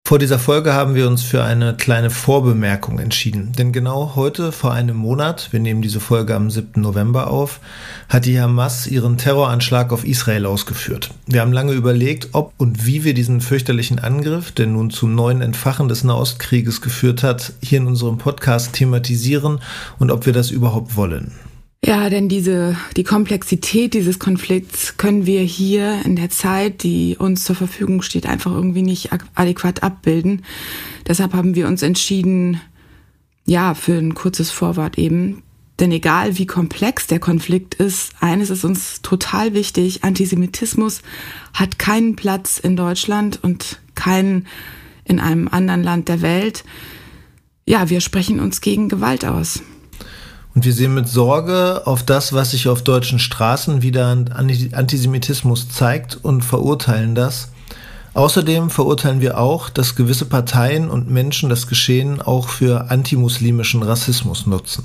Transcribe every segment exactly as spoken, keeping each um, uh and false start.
Vor dieser Folge haben wir uns für eine kleine Vorbemerkung entschieden. Denn genau heute, vor einem Monat, wir nehmen diese Folge am siebten November auf, hat die Hamas ihren Terroranschlag auf Israel ausgeführt. Wir haben lange überlegt, ob und wie wir diesen fürchterlichen Angriff, der nun zum neuen Entfachen des Nahostkrieges geführt hat, hier in unserem Podcast thematisieren und ob wir das überhaupt wollen. Ja, denn diese, die Komplexität dieses Konflikts können wir hier in der Zeit, die uns zur Verfügung steht, einfach irgendwie nicht adäquat abbilden. Deshalb haben wir uns entschieden, ja, für ein kurzes Vorwort eben. Denn egal wie komplex der Konflikt ist, eines ist uns total wichtig: Antisemitismus hat keinen Platz in Deutschland und keinen in einem anderen Land der Welt. Ja, wir sprechen uns gegen Gewalt aus. Und wir sehen mit Sorge auf das, was sich auf deutschen Straßen wieder an Antisemitismus zeigt, und verurteilen das. Außerdem verurteilen wir auch, dass gewisse Parteien und Menschen das Geschehen auch für antimuslimischen Rassismus nutzen.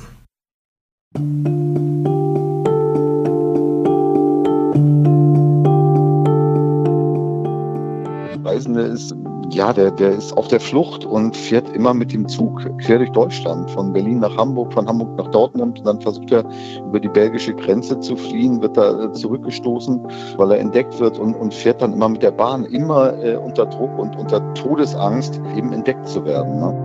Reisende ist, ja, der, der ist auf der Flucht und fährt immer mit dem Zug quer durch Deutschland, von Berlin nach Hamburg, von Hamburg nach Dortmund, und dann versucht er über die belgische Grenze zu fliehen, wird da zurückgestoßen, weil er entdeckt wird, und, und fährt dann immer mit der Bahn, immer äh, unter Druck und unter Todesangst, eben entdeckt zu werden. Ne?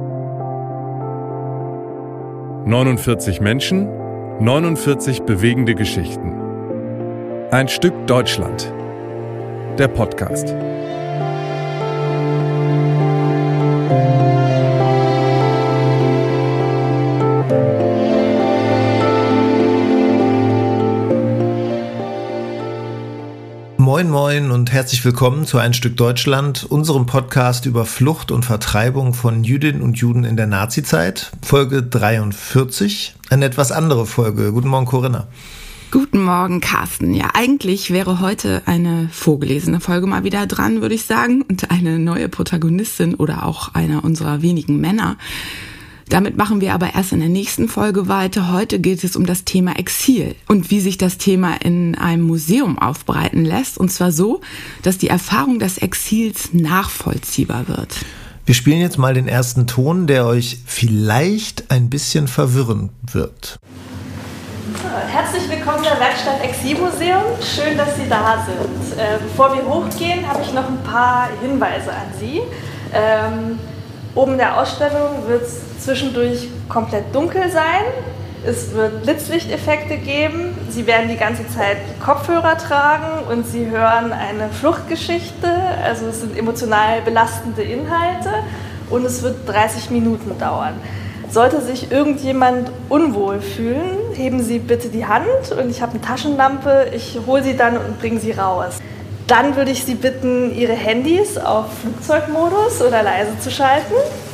neunundvierzig Menschen, neunundvierzig bewegende Geschichten. Ein Stück Deutschland. Der Podcast. Moin Moin und herzlich willkommen zu Ein Stück Deutschland, unserem Podcast über Flucht und Vertreibung von Jüdinnen und Juden in der Nazizeit, Folge dreiundvierzig, eine etwas andere Folge. Guten Morgen, Corinna. Guten Morgen, Carsten. Ja, eigentlich wäre heute eine vorgelesene Folge mal wieder dran, würde ich sagen, und eine neue Protagonistin oder auch einer unserer wenigen Männer. Damit machen wir aber erst in der nächsten Folge weiter. Heute geht es um das Thema Exil und wie sich das Thema in einem Museum aufbereiten lässt. Und zwar so, dass die Erfahrung des Exils nachvollziehbar wird. Wir spielen jetzt mal den ersten Ton, der euch vielleicht ein bisschen verwirren wird. So, herzlich willkommen in der Werkstatt Exilmuseum. Schön, dass Sie da sind. Äh, bevor wir hochgehen, habe ich noch ein paar Hinweise an Sie. Ähm, oben in der Ausstellung wird es zwischendurch komplett dunkel sein. Es wird Blitzlichteffekte geben. Sie werden die ganze Zeit Kopfhörer tragen und Sie hören eine Fluchtgeschichte. Also es sind emotional belastende Inhalte, und es wird dreißig Minuten dauern. Sollte sich irgendjemand unwohl fühlen, heben Sie bitte die Hand, und ich habe eine Taschenlampe. Ich hole sie dann und bringe sie raus. Dann würde ich Sie bitten, Ihre Handys auf Flugzeugmodus oder leise zu schalten.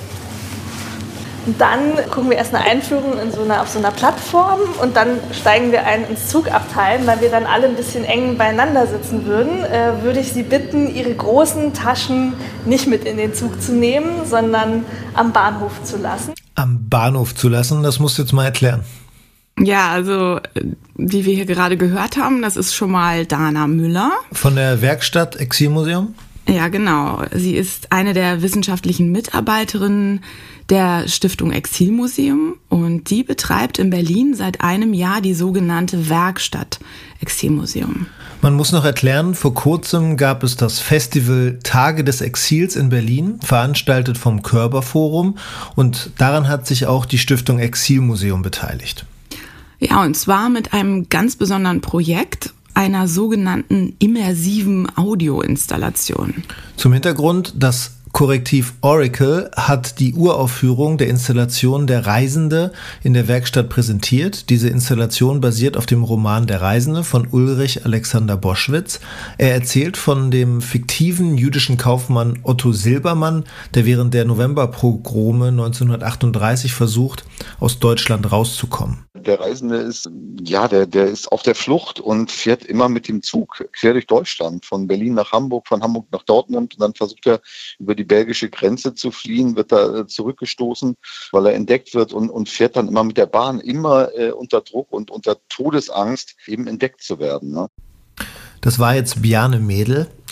Und dann gucken wir erst eine Einführung in so einer, auf so einer Plattform, und dann steigen wir ein ins Zugabteil. Weil wir dann alle ein bisschen eng beieinander sitzen würden, äh, würde ich Sie bitten, Ihre großen Taschen nicht mit in den Zug zu nehmen, sondern am Bahnhof zu lassen. Am Bahnhof zu lassen, das musst du jetzt mal erklären. Ja, also wie wir hier gerade gehört haben, das ist schon mal Dana Müller. Von der Werkstatt Exilmuseum? Ja, genau. Sie ist eine der wissenschaftlichen Mitarbeiterinnen der Stiftung Exilmuseum, und die betreibt in Berlin seit einem Jahr die sogenannte Werkstatt Exilmuseum. Man muss noch erklären, vor kurzem gab es das Festival Tage des Exils in Berlin, veranstaltet vom Körber-Forum, und daran hat sich auch die Stiftung Exilmuseum beteiligt. Ja, und zwar mit einem ganz besonderen Projekt, einer sogenannten immersiven Audioinstallation. Zum Hintergrund, das Korrektiv Oracle hat die Uraufführung der Installation Der Reisende in der Werkstatt präsentiert. Diese Installation basiert auf dem Roman Der Reisende von Ulrich Alexander Boschwitz. Er erzählt von dem fiktiven jüdischen Kaufmann Otto Silbermann, der während der Novemberpogrome neunzehnhundertachtunddreißig versucht, aus Deutschland rauszukommen. Der Reisende ist, ja, der, der ist auf der Flucht und fährt immer mit dem Zug quer durch Deutschland, von Berlin nach Hamburg, von Hamburg nach Dortmund, und dann versucht er über die belgische Grenze zu fliehen, wird da zurückgestoßen, weil er entdeckt wird, und, und fährt dann immer mit der Bahn, immer äh, unter Druck und unter Todesangst, eben entdeckt zu werden. Ne? Das war jetzt Bjarne Mädel,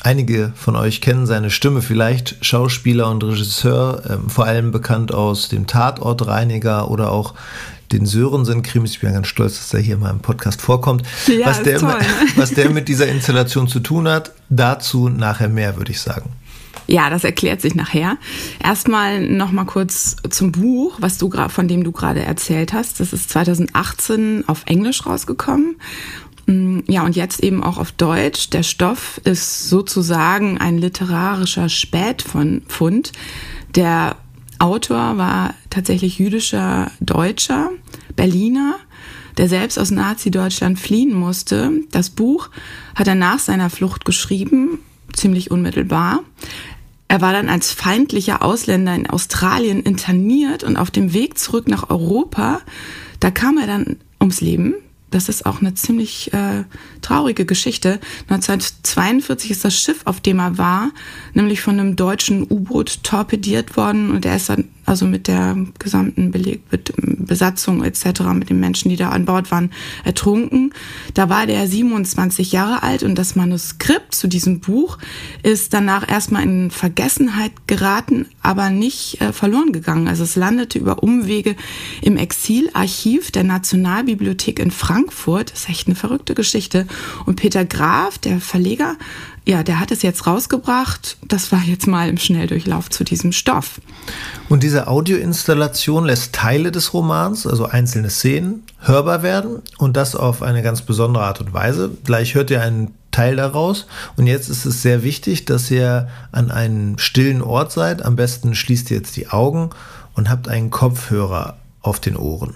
Einige von euch kennen seine Stimme vielleicht, Schauspieler und Regisseur, ähm, vor allem bekannt aus dem Tatortreiniger oder auch den Sörensen-Krimis. Ich bin ganz stolz, dass er hier mal im Podcast vorkommt. Ja, was, der, ist toll, ne? was der mit dieser Installation zu tun hat, dazu nachher mehr, würde ich sagen. Ja, das erklärt sich nachher. Erstmal noch mal kurz zum Buch, was du von dem du gerade erzählt hast. Das ist zwanzig achtzehn auf Englisch rausgekommen. Ja, und jetzt eben auch auf Deutsch. Der Stoff ist sozusagen ein literarischer Spätfund. Der Autor war tatsächlich jüdischer Deutscher, Berliner, der selbst aus Nazi-Deutschland fliehen musste. Das Buch hat er nach seiner Flucht geschrieben, ziemlich unmittelbar. Er war dann als feindlicher Ausländer in Australien interniert und auf dem Weg zurück nach Europa, da kam er dann ums Leben. Das ist auch eine ziemlich äh, traurige Geschichte. neunzehnhundertzweiundvierzig ist das Schiff, auf dem er war, nämlich von einem deutschen U-Boot torpediert worden und er ist dann also mit der gesamten Beleg Besatzung et cetera, mit den Menschen, die da an Bord waren, ertrunken. Da war der siebenundzwanzig Jahre alt und das Manuskript zu diesem Buch ist danach erstmal in Vergessenheit geraten, aber nicht äh, verloren gegangen. Also es landete über Umwege im Exilarchiv der Nationalbibliothek in Frankfurt. Das ist echt eine verrückte Geschichte. Und Peter Graf, der Verleger, ja, der hat es jetzt rausgebracht. Das war jetzt mal im Schnelldurchlauf zu diesem Stoff. Und diese Audioinstallation lässt Teile des Romans, also einzelne Szenen, hörbar werden und das auf eine ganz besondere Art und Weise. Gleich hört ihr einen Teil daraus und jetzt ist es sehr wichtig, dass ihr an einem stillen Ort seid. Am besten schließt ihr jetzt die Augen und habt einen Kopfhörer auf den Ohren.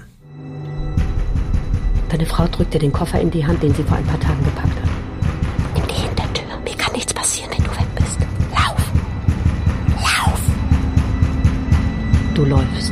Deine Frau drückt dir den Koffer in die Hand, den sie vor ein paar Tagen gepackt hat. Nimm die Hintertür. Mir kann nichts passieren, wenn du weg bist. Lauf. Lauf. Du läufst.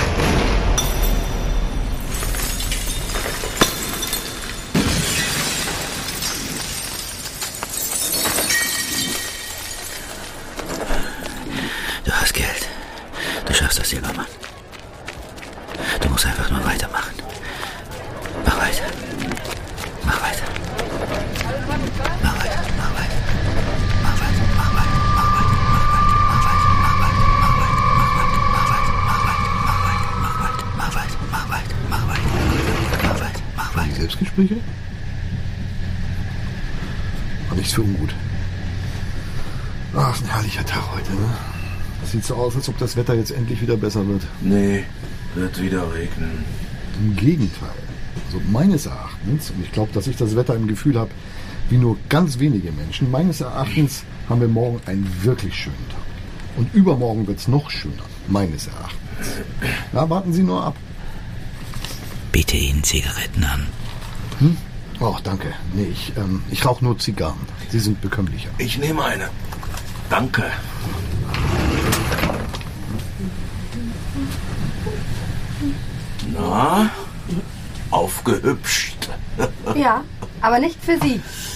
Du hast Geld. Du schaffst das, Silbermann. Du musst einfach nur weitermachen. Mach weiter. Mach weiter. Mach weiter. Mach weiter. Mach weiter. Mach weiter. Mach weiter. Mach weiter. Mach weiter. Mach weiter. Mach weiter. Mach weiter. Mach weiter. Mach weiter. Mach weiter. Mach weiter. Mach weiter. Mach weiter. Selbstgespräche? War nichts für ungut. Ach, ist ein herrlicher Tag heute, ne? Es sieht so aus, als ob das Wetter jetzt endlich wieder besser wird. Nee, wird wieder regnen. Im Gegenteil. Also meines Erachtens, und ich glaube, dass ich das Wetter im Gefühl habe, wie nur ganz wenige Menschen, meines Erachtens haben wir morgen einen wirklich schönen Tag. Und übermorgen wird es noch schöner, meines Erachtens. Ja, warten Sie nur ab. Biete Ihnen Zigaretten an. Hm? Oh, danke. Nee, ich, ähm, ich rauche nur Zigarren. Sie sind bekömmlicher. Ich nehme eine. Danke. Na, aufgehübscht. Ja, aber nicht für Sie.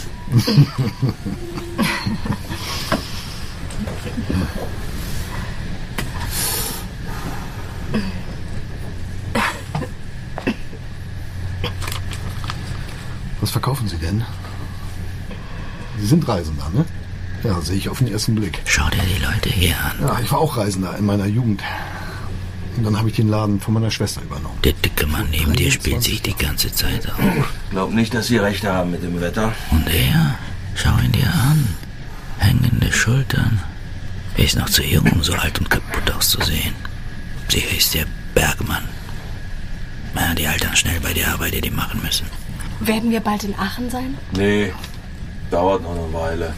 Was verkaufen Sie denn? Sie sind Reisender, ne? Ja, sehe ich auf den ersten Blick. Schau dir die Leute hier an. Ja, ich war auch Reisender in meiner Jugend. Und dann habe ich den Laden von meiner Schwester übernommen. Der dicke Mann neben dir spielt sich die ganze Zeit auf. Glaub nicht, dass Sie recht haben mit dem Wetter. Und er? Schau ihn dir an. Hängende Schultern. Er ist noch zu jung, um so alt und kaputt auszusehen. Sicher ist der Bergmann. Na, die altern schnell bei der Arbeit, die die machen müssen. Werden wir bald in Aachen sein? Nee, dauert noch eine Weile.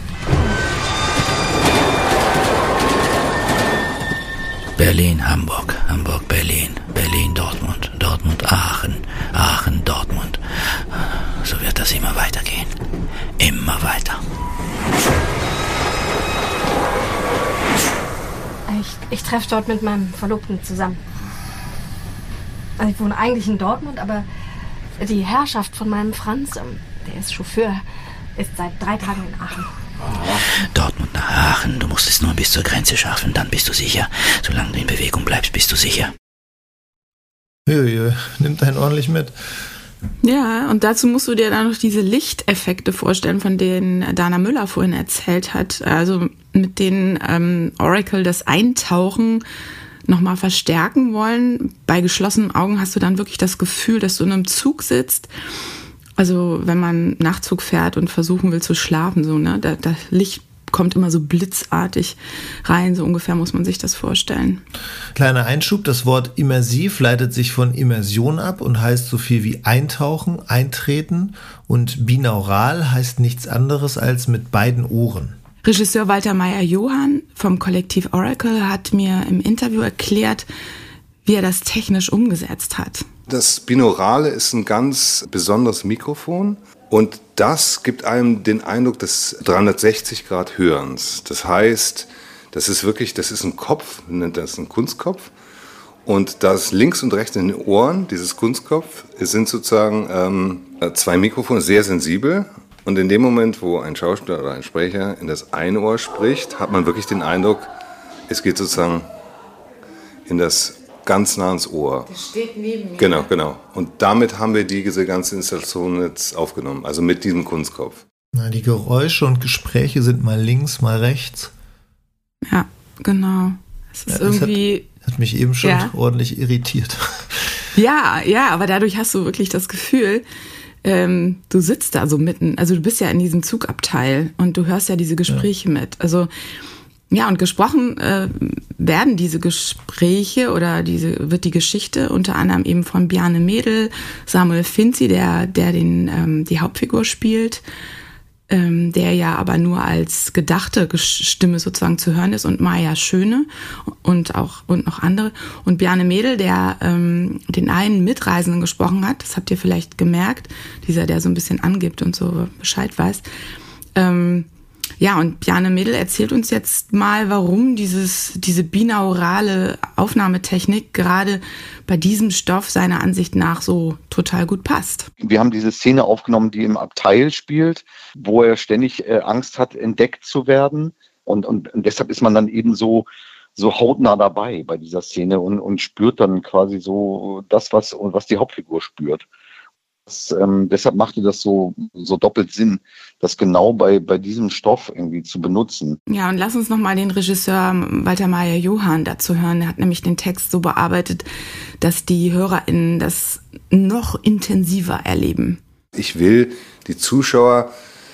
Berlin, Hamburg, Hamburg, Berlin, Berlin, Dortmund, Dortmund, Aachen, Aachen, Dortmund. So wird das immer weitergehen. Immer weiter. Ich, ich treffe dort mit meinem Verlobten zusammen. Also ich wohne eigentlich in Dortmund, aber die Herrschaft von meinem Franz, der ist Chauffeur, ist seit drei Tagen in Aachen. Dortmund nach Aachen. Du musst es nur bis zur Grenze schaffen, dann bist du sicher. Solange du in Bewegung bleibst, bist du sicher. Jö, jö, nimmt einen ordentlich mit. Ja, und dazu musst du dir dann noch diese Lichteffekte vorstellen, von denen Dana Müller vorhin erzählt hat. Also mit denen ähm, Oracle das Eintauchen nochmal verstärken wollen. Bei geschlossenen Augen hast du dann wirklich das Gefühl, dass du in einem Zug sitzt. Also wenn man Nachtzug fährt und versuchen will zu schlafen, so, ne, da, das Licht kommt immer so blitzartig rein, so ungefähr muss man sich das vorstellen. Kleiner Einschub, das Wort immersiv leitet sich von Immersion ab und heißt so viel wie eintauchen, eintreten, und binaural heißt nichts anderes als mit beiden Ohren. Regisseur Walter Meyer-Johann vom Kollektiv Oracle hat mir im Interview erklärt, wie er das technisch umgesetzt hat. Das Binaurale ist ein ganz besonderes Mikrofon. Und das gibt einem den Eindruck des dreihundertsechzig Grad Hörens. Das heißt, das ist wirklich, das ist ein Kopf, das ist ein Kunstkopf. Und das links und rechts in den Ohren, dieses Kunstkopf, sind sozusagen ähm, zwei Mikrofone, sehr sensibel. Und in dem Moment, wo ein Schauspieler oder ein Sprecher in das eine Ohr spricht, hat man wirklich den Eindruck, es geht sozusagen in das ganz nah ans Ohr. Das steht neben mir. Genau, genau. Und damit haben wir diese ganze Installation jetzt aufgenommen, also mit diesem Kunstkopf. Na, die Geräusche und Gespräche sind mal links, mal rechts. Ja, genau. Es ist ja, das irgendwie... Hat, hat mich eben schon ja. ordentlich irritiert. Ja, ja, aber dadurch hast du wirklich das Gefühl, ähm, du sitzt da so mitten, also du bist ja in diesem Zugabteil und du hörst ja diese Gespräche ja. mit. Also ja, und gesprochen äh, werden diese Gespräche oder diese wird die Geschichte unter anderem eben von Bjarne Mädel, Samuel Finzi, der der den ähm, die Hauptfigur spielt, ähm, der ja aber nur als gedachte Stimme sozusagen zu hören ist, und Maja Schöne und auch und noch andere, und Bjarne Mädel, der ähm, den einen Mitreisenden gesprochen hat, das habt ihr vielleicht gemerkt, dieser, der so ein bisschen angibt und so Bescheid weiß. Ähm, Ja, und Bjarne Mädel erzählt uns jetzt mal, warum dieses, diese binaurale Aufnahmetechnik gerade bei diesem Stoff seiner Ansicht nach so total gut passt. Wir haben diese Szene aufgenommen, die im Abteil spielt, wo er ständig äh, Angst hat, entdeckt zu werden. Und, und, und deshalb ist man dann eben so, so hautnah dabei bei dieser Szene und, und spürt dann quasi so das, was, was die Hauptfigur spürt. Das, ähm, deshalb machte das so, so doppelt Sinn, das genau bei, bei diesem Stoff irgendwie zu benutzen. Ja, und lass uns nochmal den Regisseur Walter Meyer-Johann dazu hören. Er hat nämlich den Text so bearbeitet, dass die HörerInnen das noch intensiver erleben. Ich will die Zuschauer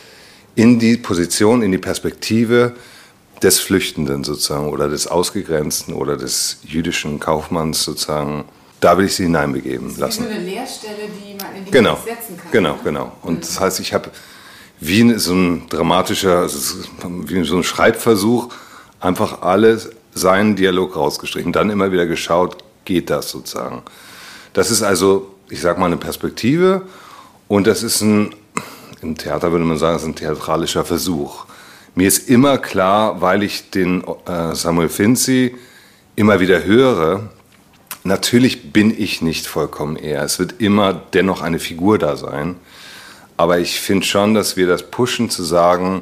in die Position, in die Perspektive des Flüchtenden sozusagen oder des Ausgegrenzten oder des jüdischen Kaufmanns sozusagen, da will ich sie hineinbegeben lassen. Das ist wie so eine Leerstelle, die man in die genau, Text setzen kann. Genau, genau. Und das heißt, ich habe wie so ein dramatischer, also wie so ein Schreibversuch, einfach alles, seinen Dialog rausgestrichen. Dann immer wieder geschaut, geht das sozusagen. Das ist also, ich sag mal, eine Perspektive, und das ist ein, im Theater würde man sagen, das ist ein theatralischer Versuch. Mir ist immer klar, weil ich den äh, Samuel Finzi immer wieder höre, natürlich bin ich nicht vollkommen er. Es wird immer dennoch eine Figur da sein. Aber ich finde schon, dass wir das pushen, zu sagen,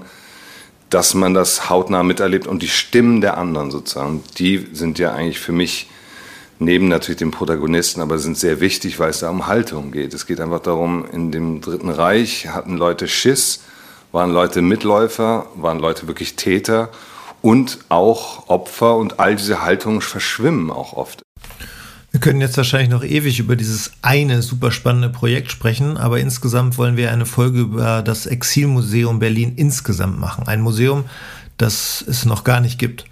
dass man das hautnah miterlebt. Und die Stimmen der anderen sozusagen, die sind ja eigentlich für mich, neben natürlich dem Protagonisten, aber sind sehr wichtig, weil es da um Haltung geht. Es geht einfach darum, in dem Dritten Reich hatten Leute Schiss, waren Leute Mitläufer, waren Leute wirklich Täter und auch Opfer. Und all diese Haltungen verschwimmen auch oft. Wir können jetzt wahrscheinlich noch ewig über dieses eine super spannende Projekt sprechen, aber insgesamt wollen wir eine Folge über das Exilmuseum Berlin insgesamt machen. Ein Museum, das es noch gar nicht gibt.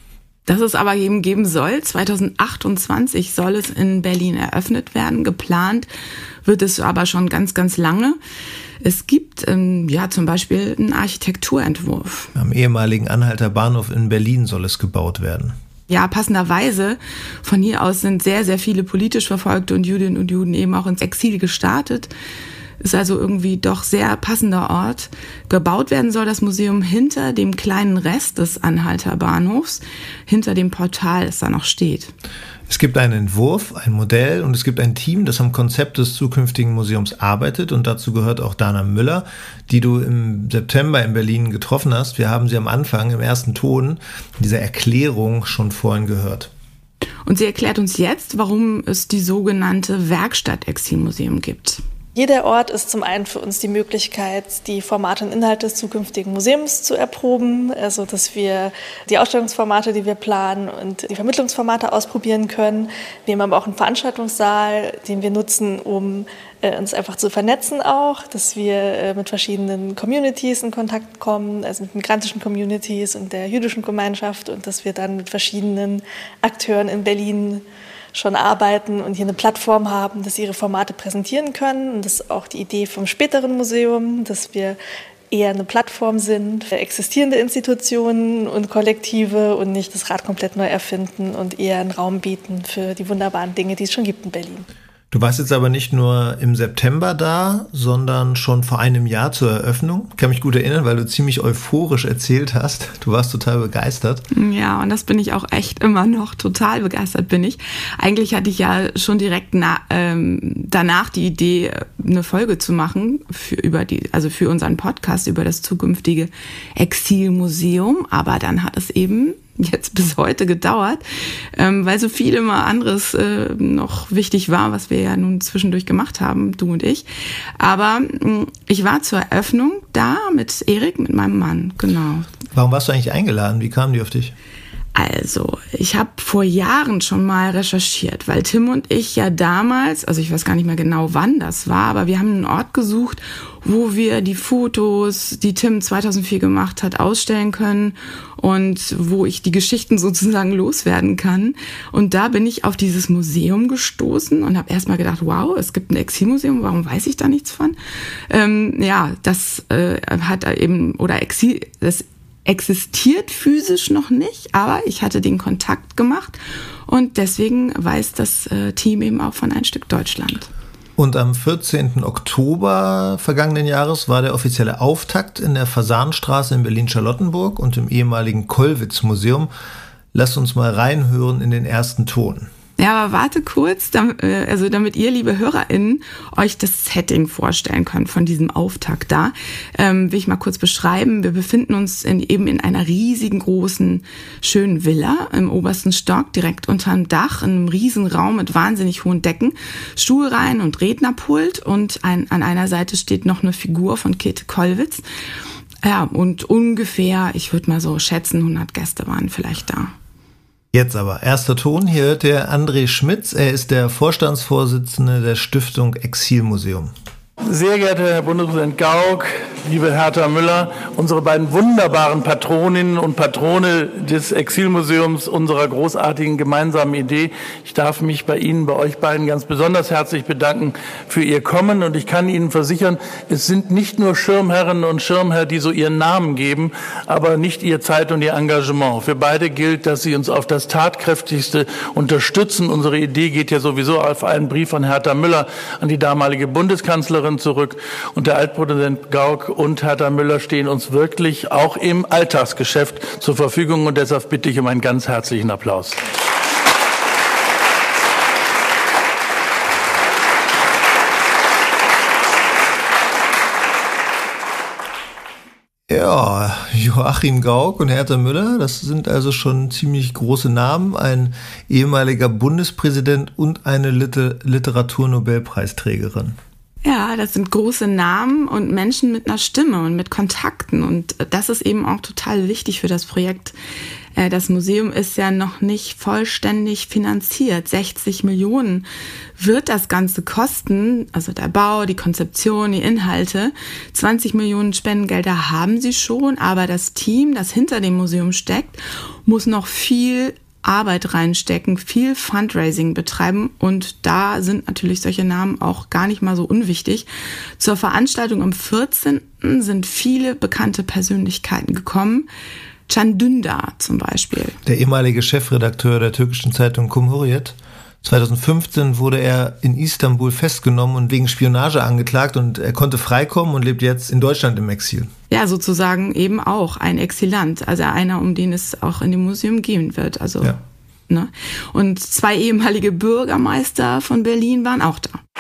Das es aber eben geben soll. zweitausendachtundzwanzig soll es in Berlin eröffnet werden. Geplant wird es aber schon ganz, ganz lange. Es gibt ähm, ja zum Beispiel einen Architekturentwurf. Am ehemaligen Anhalter Bahnhof in Berlin soll es gebaut werden. Ja, passenderweise, von hier aus sind sehr, sehr viele politisch Verfolgte und Jüdinnen und Juden eben auch ins Exil gestartet. Ist also irgendwie doch sehr passender Ort. Gebaut werden soll das Museum hinter dem kleinen Rest des Anhalter Bahnhofs, hinter dem Portal, das da noch steht. Es gibt einen Entwurf, ein Modell, und es gibt ein Team, das am Konzept des zukünftigen Museums arbeitet, und dazu gehört auch Dana Müller, die du im September in Berlin getroffen hast. Wir haben sie am Anfang im ersten Ton dieser Erklärung schon vorhin gehört. Und sie erklärt uns jetzt, warum es die sogenannte Werkstatt-Exilmuseum gibt. Jeder Ort ist zum einen für uns die Möglichkeit, die Formate und Inhalte des zukünftigen Museums zu erproben, also dass wir die Ausstellungsformate, die wir planen und die Vermittlungsformate ausprobieren können. Wir haben aber auch einen Veranstaltungssaal, den wir nutzen, um äh, uns einfach zu vernetzen auch, dass wir äh, mit verschiedenen Communities in Kontakt kommen, also mit migrantischen Communities und der jüdischen Gemeinschaft und dass wir dann mit verschiedenen Akteuren in Berlin schon arbeiten und hier eine Plattform haben, dass sie ihre Formate präsentieren können. Und das ist auch die Idee vom späteren Museum, dass wir eher eine Plattform sind für existierende Institutionen und Kollektive und nicht das Rad komplett neu erfinden und eher einen Raum bieten für die wunderbaren Dinge, die es schon gibt in Berlin. Du warst jetzt aber nicht nur im September da, sondern schon vor einem Jahr zur Eröffnung. Ich kann mich gut erinnern, weil du ziemlich euphorisch erzählt hast. Du warst total begeistert. Ja, und das bin ich auch echt immer noch. Total begeistert bin ich. Eigentlich hatte ich ja schon direkt na, ähm, danach die Idee, eine Folge zu machen für, über die, also für unseren Podcast über das zukünftige Exilmuseum. Aber dann hat es eben jetzt bis heute gedauert, ähm, weil so viel immer anderes äh, noch wichtig war, was wir ja nun zwischendurch gemacht haben, du und ich. Aber mh, ich war zur Eröffnung da mit Erik, mit meinem Mann, genau. Warum warst du eigentlich eingeladen? Wie kamen die auf dich? Also, ich habe vor Jahren schon mal recherchiert, weil Tim und ich ja damals, also ich weiß gar nicht mehr genau, wann das war, aber wir haben einen Ort gesucht, wo wir die Fotos, die Tim zweitausendvier gemacht hat, ausstellen können und wo ich die Geschichten sozusagen loswerden kann. Und da bin ich auf dieses Museum gestoßen und habe erstmal gedacht, wow, es gibt ein Exilmuseum, warum weiß ich da nichts von? Ähm, ja, das äh, hat eben, oder Exil, das existiert physisch noch nicht, aber ich hatte den Kontakt gemacht und deswegen weiß das äh, Team eben auch von Ein Stück Deutschland. Und am vierzehnten Oktober vergangenen Jahres war der offizielle Auftakt in der Fasanstraße in Berlin-Charlottenburg und im ehemaligen Kollwitz-Museum. Lasst uns mal reinhören in den ersten Ton. Ja, aber warte kurz, also damit ihr, liebe HörerInnen, euch das Setting vorstellen könnt von diesem Auftakt da, ähm, will ich mal kurz beschreiben. Wir befinden uns in, eben in einer riesigen, großen, schönen Villa im obersten Stock, direkt unterm Dach, in einem riesen Raum mit wahnsinnig hohen Decken, Stuhlreihen und Rednerpult und ein, an einer Seite steht noch eine Figur von Käthe Kollwitz. Ja, und ungefähr, ich würde mal so schätzen, hundert Gäste waren vielleicht da. Jetzt aber, erster Ton, hier hört der André Schmitz, er ist der Vorstandsvorsitzende der Stiftung Exilmuseum. Sehr geehrter Herr Bundespräsident Gauck, liebe Hertha Müller, unsere beiden wunderbaren Patroninnen und Patrone des Exilmuseums, unserer großartigen gemeinsamen Idee. Ich darf mich bei Ihnen, bei euch beiden ganz besonders herzlich bedanken für Ihr Kommen und ich kann Ihnen versichern, es sind nicht nur Schirmherrinnen und Schirmherr, die so ihren Namen geben, aber nicht Ihr Zeit und Ihr Engagement. Für beide gilt, dass Sie uns auf das Tatkräftigste unterstützen. Unsere Idee geht ja sowieso auf einen Brief von Hertha Müller an die damalige Bundeskanzlerin zurück und der Altpräsident Gauck und Hertha Müller stehen uns wirklich auch im Alltagsgeschäft zur Verfügung und deshalb bitte ich um einen ganz herzlichen Applaus. Ja, Joachim Gauck und Hertha Müller, das sind also schon ziemlich große Namen, ein ehemaliger Bundespräsident und eine Liter- Literaturnobelpreisträgerin. Ja, das sind große Namen und Menschen mit einer Stimme und mit Kontakten und das ist eben auch total wichtig für das Projekt. Das Museum ist ja noch nicht vollständig finanziert. sechzig Millionen wird das Ganze kosten, also der Bau, die Konzeption, die Inhalte. zwanzig Millionen Spendengelder haben sie schon, aber das Team, das hinter dem Museum steckt, muss noch viel Arbeit reinstecken, viel Fundraising betreiben und da sind natürlich solche Namen auch gar nicht mal so unwichtig. Zur Veranstaltung am vierzehnten sind viele bekannte Persönlichkeiten gekommen. Can Dündar zum Beispiel. Der ehemalige Chefredakteur der türkischen Zeitung Cumhuriyet. zweitausendfünfzehn wurde er in Istanbul festgenommen und wegen Spionage angeklagt und er konnte freikommen und lebt jetzt in Deutschland im Exil. Ja, sozusagen eben auch ein Exilant, also einer, um den es auch in dem Museum gehen wird. Also, ja. Ne? Und zwei ehemalige Bürgermeister von Berlin waren auch da.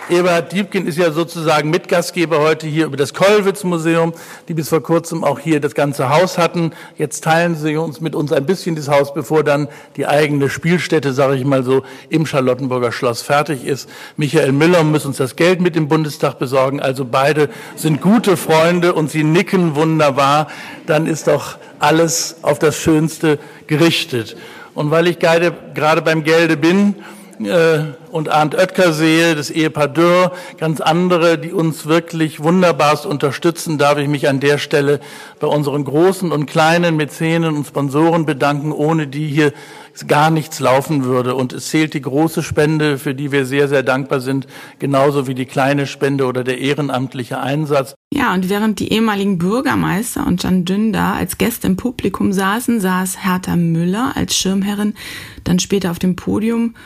Eberhard Diepgen ist ja sozusagen Mitgastgeber heute hier über das Kollwitz-Museum, die bis vor kurzem auch hier das ganze Haus hatten. Jetzt teilen sie uns mit uns ein bisschen das Haus, bevor dann die eigene Spielstätte, sage ich mal so, im Charlottenburger Schloss fertig ist. Michael Müller muss uns das Geld mit im Bundestag besorgen. Also beide sind gute Freunde und sie nicken wunderbar. Dann ist doch alles auf das Schönste gerichtet. Und weil ich gerade beim Gelde bin äh, und Arndt Oetker sehe, das Ehepaar Dürr, ganz andere, die uns wirklich wunderbarst unterstützen, darf ich mich an der Stelle bei unseren großen und kleinen Mäzenen und Sponsoren bedanken, ohne die hier gar nichts laufen würde. Und es zählt die große Spende, für die wir sehr, sehr dankbar sind, genauso wie die kleine Spende oder der ehrenamtliche Einsatz. Ja, und während die ehemaligen Bürgermeister und Can Dündar als Gäste im Publikum saßen, saß Hertha Müller als Schirmherrin dann später auf dem Podium.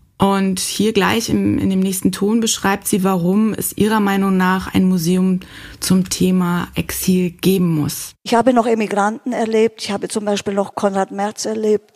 Und hier gleich im, in dem nächsten Ton beschreibt sie, warum es ihrer Meinung nach ein Museum zum Thema Exil geben muss. Ich habe noch Emigranten erlebt. Ich habe zum Beispiel noch Konrad Merz erlebt,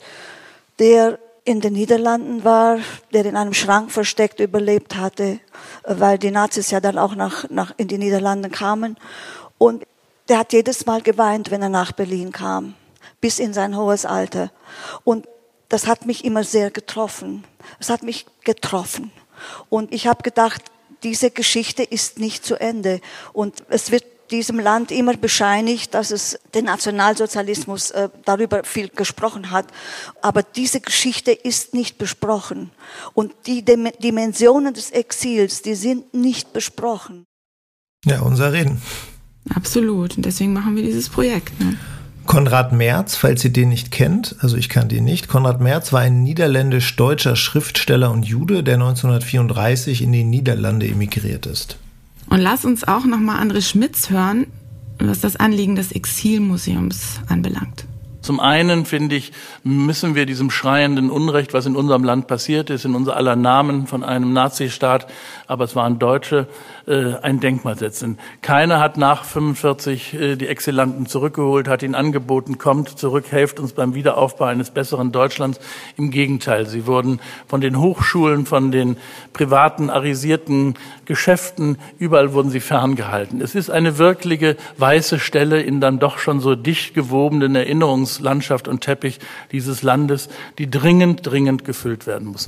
der in den Niederlanden war, der in einem Schrank versteckt überlebt hatte, weil die Nazis ja dann auch nach, nach in die Niederlande kamen. Und der hat jedes Mal geweint, wenn er nach Berlin kam, bis in sein hohes Alter. Und das hat mich immer sehr getroffen. Es hat mich getroffen. Und ich habe gedacht, diese Geschichte ist nicht zu Ende. Und es wird diesem Land immer bescheinigt, dass es den Nationalsozialismus äh, darüber viel gesprochen hat. Aber diese Geschichte ist nicht besprochen. Und die Dim- Dimensionen des Exils, die sind nicht besprochen. Ja, unser Reden. Absolut. Und deswegen machen wir dieses Projekt. Ne? Konrad Merz, falls ihr den nicht kennt, also ich kannte ihn nicht. Konrad Merz war ein niederländisch-deutscher Schriftsteller und Jude, der neunzehnhundertvierunddreißig in die Niederlande emigriert ist. Und lass uns auch nochmal André Schmitz hören, was das Anliegen des Exilmuseums anbelangt. Zum einen, finde ich, müssen wir diesem schreienden Unrecht, was in unserem Land passiert ist, in unser aller Namen von einem Nazistaat, aber es waren Deutsche, äh, ein Denkmal setzen. Keiner hat nach fünfundvierzig äh, die Exilanten zurückgeholt, hat ihnen angeboten, kommt zurück, helft uns beim Wiederaufbau eines besseren Deutschlands. Im Gegenteil, sie wurden von den Hochschulen, von den privaten, arisierten Geschäften, überall wurden sie ferngehalten. Es ist eine wirkliche weiße Stelle in dann doch schon so dicht gewobenen Erinnerungslandschaft und Teppich dieses Landes, die dringend, dringend gefüllt werden muss.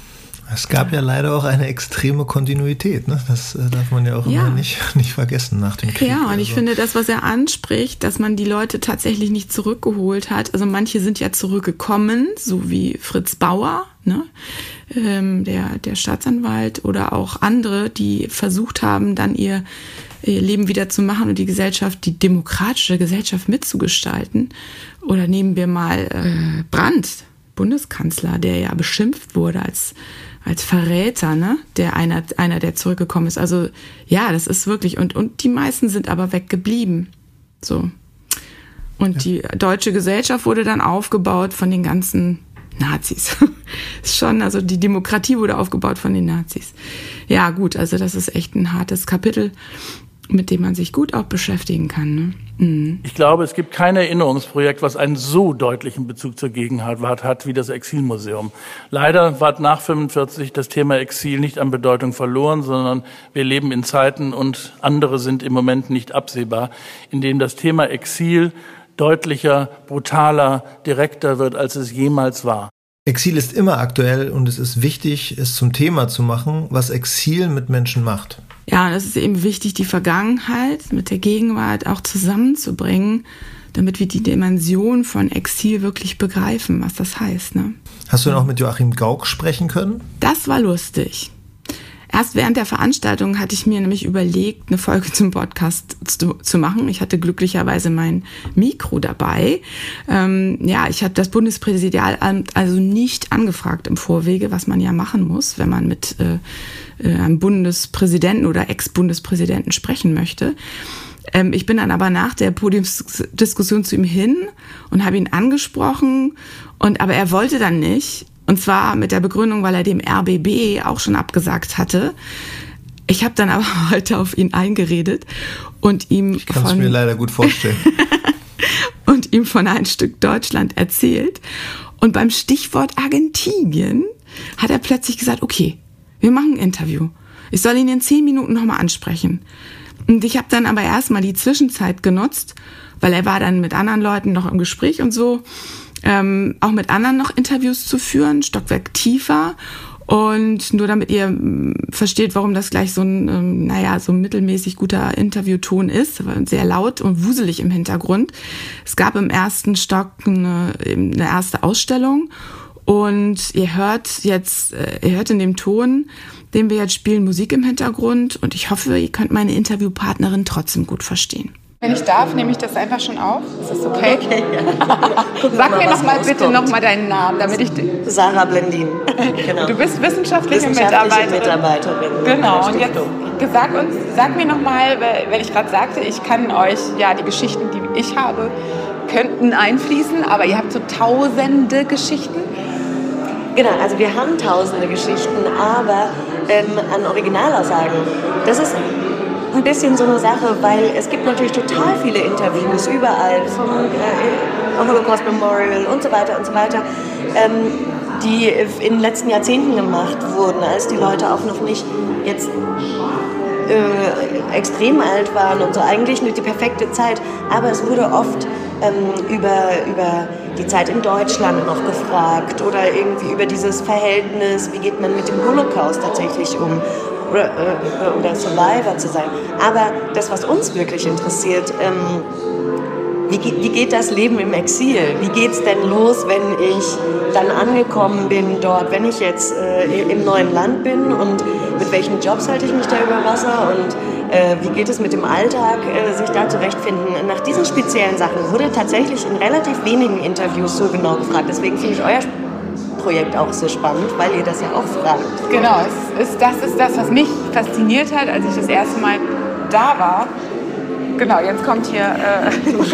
Es gab ja leider auch eine extreme Kontinuität, ne? Das äh, darf man ja auch ja. immer nicht, nicht vergessen nach dem Krieg. Ja, und ich so. finde das, was er anspricht, dass man die Leute tatsächlich nicht zurückgeholt hat. Also manche sind ja zurückgekommen, so wie Fritz Bauer, ne? ähm, der, der Staatsanwalt, oder auch andere, die versucht haben, dann ihr, ihr Leben wieder zu machen und die Gesellschaft, die demokratische Gesellschaft mitzugestalten. Oder nehmen wir mal äh, Brandt, Bundeskanzler, der ja beschimpft wurde als als Verräter, ne, der einer, einer, der zurückgekommen ist. Also ja, das ist wirklich, und, und die meisten sind aber weggeblieben. So. Und ja. Die deutsche Gesellschaft wurde dann aufgebaut von den ganzen Nazis. Ist schon, also die Demokratie wurde aufgebaut von den Nazis. Ja, gut, also das ist echt ein hartes Kapitel, mit dem man sich gut auch beschäftigen kann. Ne? Mhm. Ich glaube, es gibt kein Erinnerungsprojekt, was einen so deutlichen Bezug zur Gegenwart hat wie das Exilmuseum. Leider war nach fünfundvierzig das Thema Exil nicht an Bedeutung verloren, sondern wir leben in Zeiten, und andere sind im Moment nicht absehbar, in denen das Thema Exil deutlicher, brutaler, direkter wird, als es jemals war. Exil ist immer aktuell, und es ist wichtig, es zum Thema zu machen, was Exil mit Menschen macht. Ja, und es ist eben wichtig, die Vergangenheit mit der Gegenwart auch zusammenzubringen, damit wir die Dimension von Exil wirklich begreifen, was das heißt. Ne? Hast du denn auch mit Joachim Gauck sprechen können? Das war lustig. Erst während der Veranstaltung hatte ich mir nämlich überlegt, eine Folge zum Podcast zu, zu machen. Ich hatte glücklicherweise mein Mikro dabei. Ähm, ja, ich habe das Bundespräsidialamt also nicht angefragt im Vorwege, was man ja machen muss, wenn man mit äh, äh, einem Bundespräsidenten oder Ex-Bundespräsidenten sprechen möchte. Ähm, ich bin dann aber nach der Podiumsdiskussion zu ihm hin und habe ihn angesprochen, und aber er wollte dann nicht. Und zwar mit der Begründung, weil er dem R B B auch schon abgesagt hatte. Ich habe dann aber heute auf ihn eingeredet und ihm ich kann es mir leider gut vorstellen. und ihm von ein Stück Deutschland erzählt. Und beim Stichwort Argentinien hat er plötzlich gesagt, okay, wir machen ein Interview. Ich soll ihn in zehn Minuten nochmal ansprechen. Und ich habe dann aber erstmal die Zwischenzeit genutzt, weil er war dann mit anderen Leuten noch im Gespräch und so, ähm, auch mit anderen noch Interviews zu führen, Stockwerk tiefer. Und nur damit ihr versteht, warum das gleich so ein, ähm, naja, so ein mittelmäßig guter Interviewton ist, sehr laut und wuselig im Hintergrund. Es gab im ersten Stock eine, eine erste Ausstellung und ihr hört jetzt, äh, ihr hört in dem Ton, den wir jetzt spielen, Musik im Hintergrund und ich hoffe, ihr könnt meine Interviewpartnerin trotzdem gut verstehen. Wenn ich darf, nehme ich das einfach schon auf. Ist das okay? Okay, ja. Sag mir noch mal bitte noch mal deinen Namen, damit ich... Sarah Blendin. Genau. Du bist wissenschaftliche, wissenschaftliche Mitarbeiterin. Mitarbeiterin. Genau. Und jetzt sag uns, sag mir noch mal, weil ich gerade sagte, ich kann euch, ja, die Geschichten, die ich habe, könnten einfließen, aber ihr habt so tausende Geschichten. Genau, also wir haben tausende Geschichten, aber ähm, an Originalaussagen, das ist ein bisschen so eine Sache, weil es gibt natürlich total viele Interviews überall vom äh, Holocaust Memorial und so weiter und so weiter, ähm, die in den letzten Jahrzehnten gemacht wurden, als die Leute auch noch nicht jetzt äh, extrem alt waren und so, eigentlich nur die perfekte Zeit, aber es wurde oft ähm, über, über die Zeit in Deutschland noch gefragt oder irgendwie über dieses Verhältnis, wie geht man mit dem Holocaust tatsächlich um. Oder, oder Survivor zu sein. Aber das, was uns wirklich interessiert, ähm, wie, wie geht das Leben im Exil? Wie geht es denn los, wenn ich dann angekommen bin dort, wenn ich jetzt äh, im neuen Land bin und mit welchen Jobs halte ich mich da über Wasser und äh, wie geht es mit dem Alltag, äh, sich da zurechtfinden? Nach diesen speziellen Sachen wurde tatsächlich in relativ wenigen Interviews so genau gefragt. Deswegen finde ich euer Projekt auch so spannend, weil ihr das ja auch fragt. Genau, es ist, das ist das, was mich fasziniert hat, als ich das erste Mal da war. Genau, jetzt kommt hier... Äh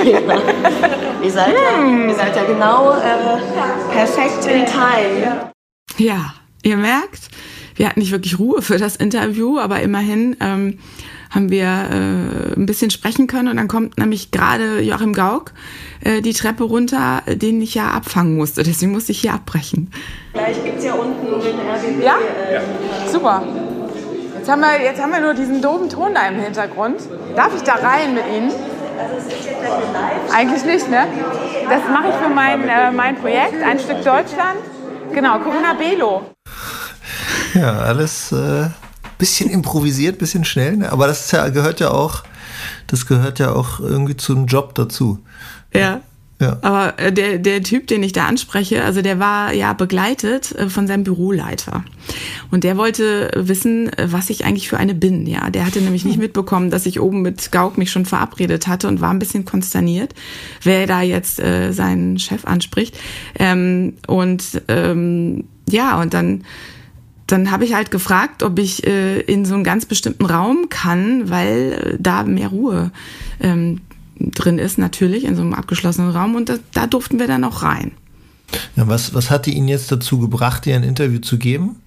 ihr, seid ja, ihr seid ja genau äh, perfekt in time. Ja, ihr merkt, wir hatten nicht wirklich Ruhe für das Interview, aber immerhin ähm, haben wir äh, ein bisschen sprechen können und dann kommt nämlich gerade Joachim Gauck äh, die Treppe runter, den ich ja abfangen musste. Deswegen musste ich hier abbrechen. Gleich gibt es ja unten den R B B. Ja? ja? Super. Jetzt haben, wir, jetzt haben wir nur diesen doofen Ton da im Hintergrund. Darf ich da rein mit Ihnen? Also es ist jetzt live. Eigentlich nicht, ne? Das mache ich für mein, äh, mein Projekt, ein Stück Deutschland. Genau, Corinna Belo. Ja, alles... Äh bisschen improvisiert, bisschen schnell, ne? Aber das ist ja, gehört ja auch, das gehört ja auch irgendwie zum Job dazu. Ja. Ja. Aber der, der Typ, den ich da anspreche, also der war ja begleitet von seinem Büroleiter. Und der wollte wissen, was ich eigentlich für eine bin. Ja, der hatte nämlich nicht mitbekommen, dass ich oben mit Gauck mich schon verabredet hatte und war ein bisschen konsterniert, wer da jetzt äh, seinen Chef anspricht. Ähm, und ähm, ja, und dann Dann habe ich halt gefragt, ob ich äh, in so einen ganz bestimmten Raum kann, weil äh, da mehr Ruhe ähm, drin ist, natürlich, in so einem abgeschlossenen Raum. Und da, da durften wir dann auch rein. Ja, was, was hatte ihn jetzt dazu gebracht, dir ein Interview zu geben?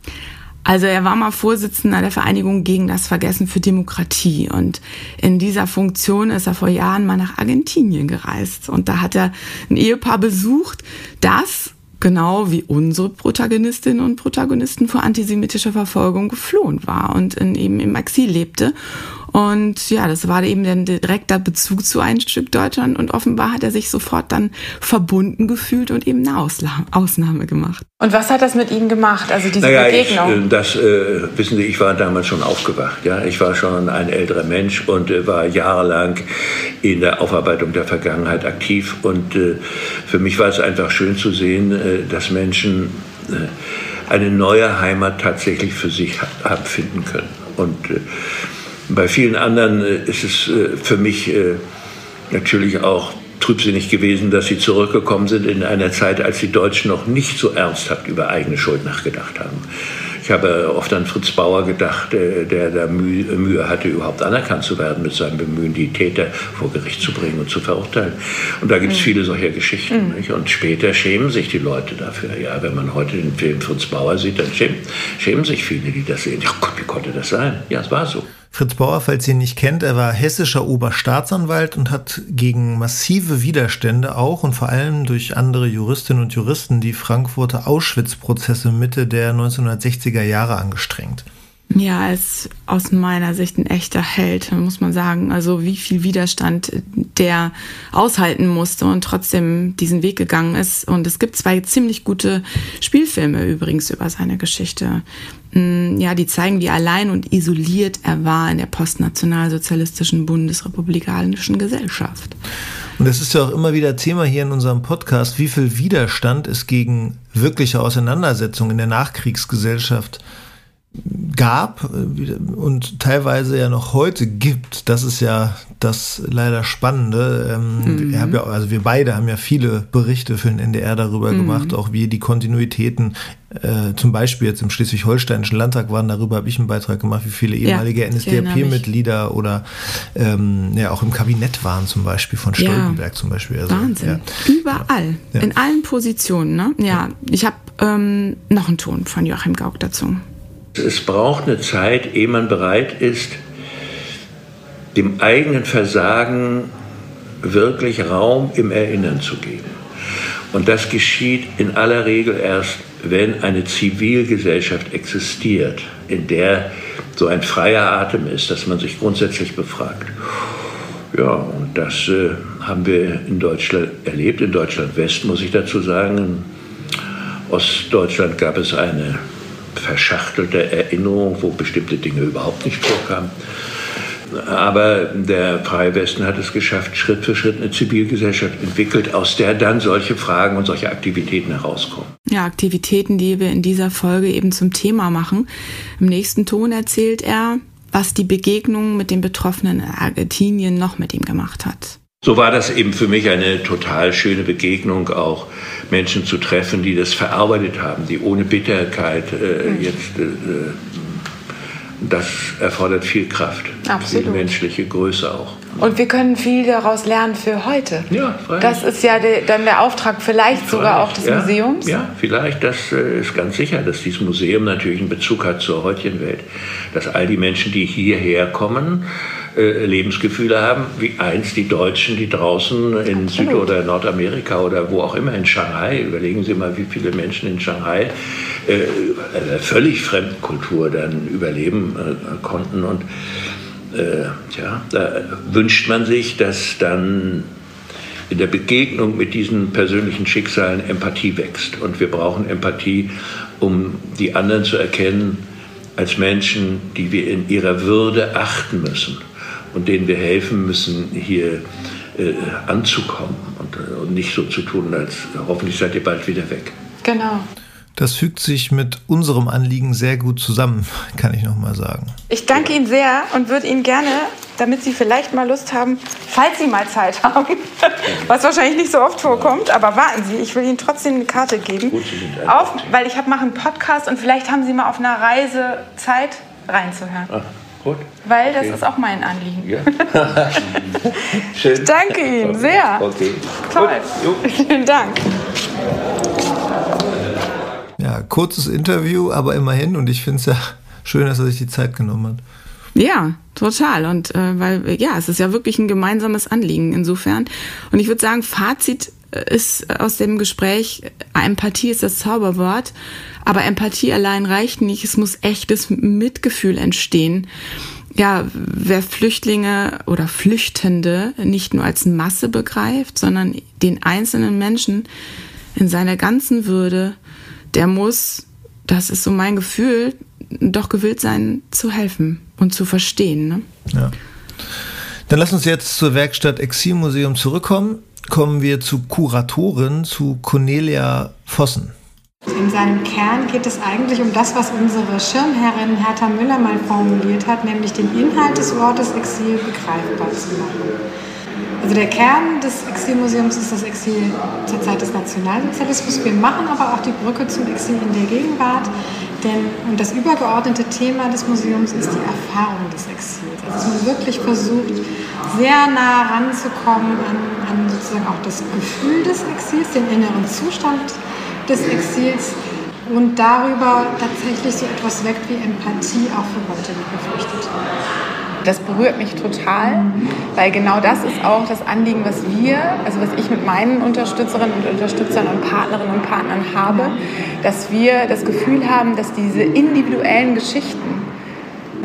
Also er war mal Vorsitzender der Vereinigung gegen das Vergessen für Demokratie. Und in dieser Funktion ist er vor Jahren mal nach Argentinien gereist. Und da hat er ein Ehepaar besucht, das... genau wie unsere Protagonistinnen und Protagonisten vor antisemitischer Verfolgung geflohen war und in, eben im Exil lebte. Und ja, das war eben ein direkter Bezug zu ein Stück Deutschland und offenbar hat er sich sofort dann verbunden gefühlt und eben eine Ausla- Ausnahme gemacht. Und was hat das mit Ihnen gemacht, also diese naja, Begegnung? Ich, das, äh, wissen Sie, ich war damals schon aufgewacht. Ja? Ich war schon ein älterer Mensch und äh, war jahrelang in der Aufarbeitung der Vergangenheit aktiv. Und äh, für mich war es einfach schön zu sehen, äh, dass Menschen äh, eine neue Heimat tatsächlich für sich haben finden können. Und äh, bei vielen anderen äh, ist es äh, für mich äh, natürlich auch trübsinnig gewesen, dass sie zurückgekommen sind in einer Zeit, als die Deutschen noch nicht so ernsthaft über eigene Schuld nachgedacht haben. Ich habe oft an Fritz Bauer gedacht, der da Mühe hatte, überhaupt anerkannt zu werden mit seinem Bemühen, die Täter vor Gericht zu bringen und zu verurteilen. Und da gibt es mhm. viele solcher Geschichten. Mhm. Nicht? Und später schämen sich die Leute dafür. Ja, wenn man heute den Film Fritz Bauer sieht, dann schämen, schämen sich viele, die das sehen. Ja Gott, wie konnte das sein? Ja, es war so. Fritz Bauer, falls ihr ihn nicht kennt, er war hessischer Oberstaatsanwalt und hat gegen massive Widerstände auch und vor allem durch andere Juristinnen und Juristen die Frankfurter Auschwitz-Prozesse Mitte der neunzehnhundertsechziger Jahre angestrengt. Ja, er ist aus meiner Sicht ein echter Held, muss man sagen. Also wie viel Widerstand der aushalten musste und trotzdem diesen Weg gegangen ist. Und es gibt zwei ziemlich gute Spielfilme übrigens über seine Geschichte. Ja, die zeigen, wie allein und isoliert er war in der postnationalsozialistischen bundesrepublikanischen Gesellschaft. Und es ist ja auch immer wieder Thema hier in unserem Podcast, wie viel Widerstand es gegen wirkliche Auseinandersetzungen in der Nachkriegsgesellschaft gab und teilweise ja noch heute gibt. Das ist ja das leider Spannende. Ähm, mhm. wir, haben ja, also wir beide haben ja viele Berichte für den N D R darüber mhm. gemacht, auch wie die Kontinuitäten äh, zum Beispiel jetzt im Schleswig-Holsteinischen Landtag waren. Darüber habe ich einen Beitrag gemacht, wie viele ehemalige ja, N S D A P-Mitglieder oder ähm, ja auch im Kabinett waren zum Beispiel von Stoltenberg ja. zum Beispiel. Also, Wahnsinn. Ja. Überall. Ja. In allen Positionen. Ne? Ja, ja. Ich habe ähm, noch einen Ton von Joachim Gauck dazu. Es braucht eine Zeit, ehe man bereit ist, dem eigenen Versagen wirklich Raum im Erinnern zu geben. Und das geschieht in aller Regel erst, wenn eine Zivilgesellschaft existiert, in der so ein freier Atem ist, dass man sich grundsätzlich befragt. Ja, und das äh, haben wir in Deutschland erlebt, in Deutschland West, muss ich dazu sagen. In Ostdeutschland gab es eine verschachtelte Erinnerung, wo bestimmte Dinge überhaupt nicht vorkamen. Aber der Freie Westen hat es geschafft, Schritt für Schritt eine Zivilgesellschaft entwickelt, aus der dann solche Fragen und solche Aktivitäten herauskommen. Ja, Aktivitäten, die wir in dieser Folge eben zum Thema machen. Im nächsten Ton erzählt er, was die Begegnung mit den Betroffenen in Argentinien noch mit ihm gemacht hat. So war das eben für mich eine total schöne Begegnung, auch Menschen zu treffen, die das verarbeitet haben, die ohne Bitterkeit äh, jetzt, äh, das erfordert viel Kraft, Absolut. Viel menschliche Größe auch. Und wir können viel daraus lernen für heute. Ja, freilich. Das ist ja de, dann der Auftrag vielleicht freilich. sogar auch des ja, Museums. Ja, vielleicht, das äh, ist ganz sicher, dass dieses Museum natürlich einen Bezug hat zur heutigen Welt. Dass all die Menschen, die hierher kommen, äh, Lebensgefühle haben, wie einst die Deutschen, die draußen in Absolut. Süd- oder Nordamerika oder wo auch immer, in Shanghai, überlegen Sie mal, wie viele Menschen in Shanghai äh, einer völlig fremden Kultur dann überleben äh, konnten. Und Äh, ja, da wünscht man sich, dass dann in der Begegnung mit diesen persönlichen Schicksalen Empathie wächst. Und wir brauchen Empathie, um die anderen zu erkennen als Menschen, die wir in ihrer Würde achten müssen und denen wir helfen müssen, hier äh, anzukommen und, äh, und nicht so zu tun, als hoffentlich seid ihr bald wieder weg. Genau. Das fügt sich mit unserem Anliegen sehr gut zusammen, kann ich noch mal sagen. Ich danke Ihnen sehr und würde Ihnen gerne, damit Sie vielleicht mal Lust haben, falls Sie mal Zeit haben, was wahrscheinlich nicht so oft vorkommt, aber warten Sie, ich will Ihnen trotzdem eine Karte geben, auf, weil ich mache einen Podcast und vielleicht haben Sie mal auf einer Reise Zeit reinzuhören. Ach, gut. Weil das okay. ist auch mein Anliegen. Ja. Schön. Ich danke Ihnen okay. sehr. Okay. Toll. Vielen Dank. Ja, kurzes Interview, aber immerhin. Und ich finde es ja schön, dass er sich die Zeit genommen hat. Ja, total. Und äh, weil, ja, es ist ja wirklich ein gemeinsames Anliegen insofern. Und ich würde sagen, Fazit ist aus dem Gespräch, Empathie ist das Zauberwort. Aber Empathie allein reicht nicht. Es muss echtes Mitgefühl entstehen. Ja, wer Flüchtlinge oder Flüchtende nicht nur als Masse begreift, sondern den einzelnen Menschen in seiner ganzen Würde, der muss, das ist so mein Gefühl, doch gewillt sein, zu helfen und zu verstehen. Ne? Ja. Dann lass uns jetzt zur Werkstatt Exilmuseum zurückkommen. Kommen wir zu Kuratorin, zu Cornelia Vossen. In seinem Kern geht es eigentlich um das, was unsere Schirmherrin Hertha Müller mal formuliert hat, nämlich den Inhalt des Wortes Exil begreifbar zu machen. Also der Kern des Exilmuseums ist das Exil zur Zeit des Nationalsozialismus. Wir machen aber auch die Brücke zum Exil in der Gegenwart, denn und das übergeordnete Thema des Museums ist die Erfahrung des Exils. Also dass man wirklich versucht, sehr nah ranzukommen an, an sozusagen auch das Gefühl des Exils, den inneren Zustand des Exils und darüber tatsächlich so etwas weckt wie Empathie auch für heutige Geflüchtete. Das berührt mich total, weil genau das ist auch das Anliegen, was wir, also was ich mit meinen Unterstützerinnen und Unterstützern und Partnerinnen und Partnern habe, dass wir das Gefühl haben, dass diese individuellen Geschichten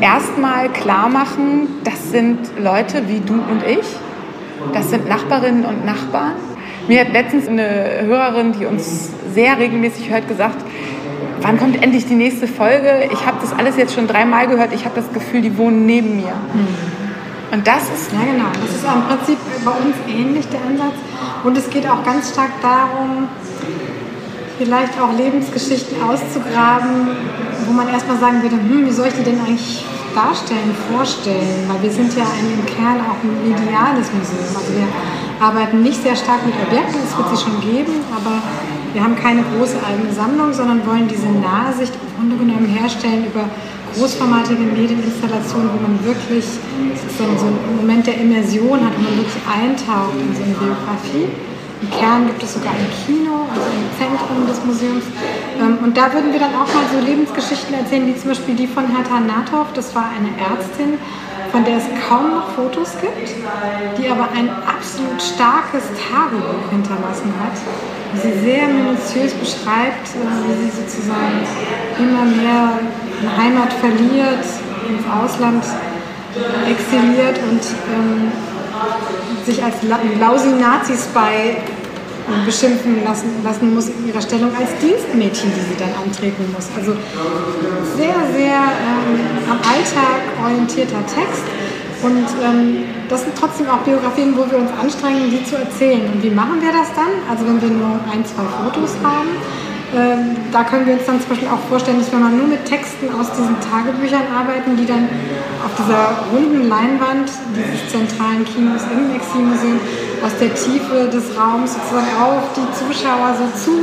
erstmal klar machen, das sind Leute wie du und ich. Das sind Nachbarinnen und Nachbarn. Mir hat letztens eine Hörerin, die uns sehr regelmäßig hört, gesagt, wann kommt endlich die nächste Folge? Ich habe das alles jetzt schon dreimal gehört. Ich habe das Gefühl, die wohnen neben mir. Und das ist... Ja, genau. Das ist im Prinzip bei uns ähnlich, der Ansatz. Und es geht auch ganz stark darum, vielleicht auch Lebensgeschichten auszugraben, wo man erstmal sagen würde, hm, wie soll ich die denn eigentlich darstellen, vorstellen? Weil wir sind ja im Kern auch ein mediales Museum. Also wir arbeiten nicht sehr stark mit Objekten, das wird sie schon geben, aber wir haben keine große eigene Sammlung, sondern wollen diese Nahsicht im Grunde genommen herstellen über großformatige Medieninstallationen, wo man wirklich so einen Moment der Immersion hat, wo man wirklich eintaucht in so eine Biografie. Im Kern gibt es sogar ein Kino, also im Zentrum des Museums. Und da würden wir dann auch mal so Lebensgeschichten erzählen, wie zum Beispiel die von Hertha Nathoff. Das war eine Ärztin, von der es kaum noch Fotos gibt, die aber ein absolut starkes Tagebuch hinterlassen hat. Die sie sehr minutiös beschreibt, wie sie sozusagen immer mehr eine Heimat verliert, ins Ausland exiliert und ähm, sich als lousy Nazi-Spy beschimpfen lassen, lassen muss in ihrer Stellung als Dienstmädchen, die sie dann antreten muss. Also sehr, sehr ähm, am Alltag orientierter Text. Und ähm, das sind trotzdem auch Biografien, wo wir uns anstrengen, die zu erzählen. Und wie machen wir das dann? Also wenn wir nur ein, zwei Fotos haben, ähm, da können wir uns dann zum Beispiel auch vorstellen, dass wir mal nur mit Texten aus diesen Tagebüchern arbeiten, die dann auf dieser runden Leinwand dieses zentralen Kinos im Exilmuseum aus der Tiefe des Raums sozusagen auf die Zuschauer so zu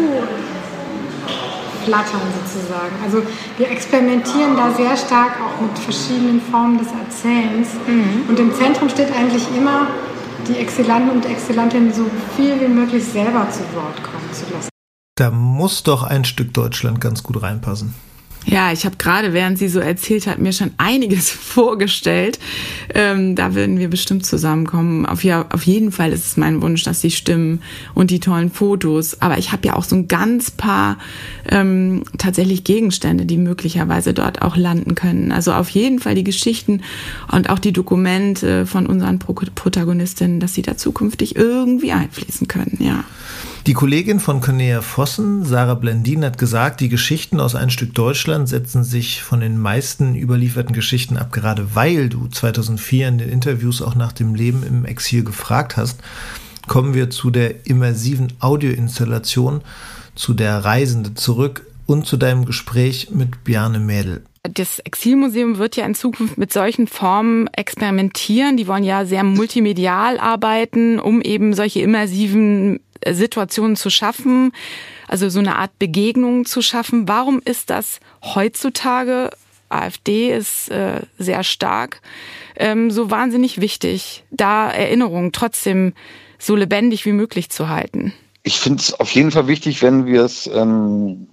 flattern sozusagen. Also wir experimentieren da sehr stark auch mit verschiedenen Formen des Erzählens. Mhm. Und im Zentrum steht eigentlich immer, die Exilanten und Exilantinnen so viel wie möglich selber zu Wort kommen zu lassen. Da muss doch ein Stück Deutschland ganz gut reinpassen. Ja, ich habe gerade, während sie so erzählt hat, mir schon einiges vorgestellt. Ähm, da würden wir bestimmt zusammenkommen. Auf, ja, auf jeden Fall ist es mein Wunsch, dass die Stimmen und die tollen Fotos. Aber ich habe ja auch so ein ganz paar ähm, tatsächlich Gegenstände, die möglicherweise dort auch landen können. Also auf jeden Fall die Geschichten und auch die Dokumente von unseren Pro- Protagonistinnen, dass sie da zukünftig irgendwie einfließen können, ja. Die Kollegin von Cornelia Vossen, Sarah Blendin, hat gesagt, die Geschichten aus Ein Stück Deutschland setzen sich von den meisten überlieferten Geschichten ab, gerade weil du zweitausendvier in den Interviews auch nach dem Leben im Exil gefragt hast, kommen wir zu der immersiven Audioinstallation, zu der Reisende zurück und zu deinem Gespräch mit Bjarne Mädel. Das Exilmuseum wird ja in Zukunft mit solchen Formen experimentieren. Die wollen ja sehr multimedial arbeiten, um eben solche immersiven Situationen zu schaffen, also so eine Art Begegnung zu schaffen. Warum ist das heutzutage, AfD ist äh, sehr stark, ähm, so wahnsinnig wichtig, da Erinnerungen trotzdem so lebendig wie möglich zu halten? Ich finde es auf jeden Fall wichtig, wenn wir es, ähm,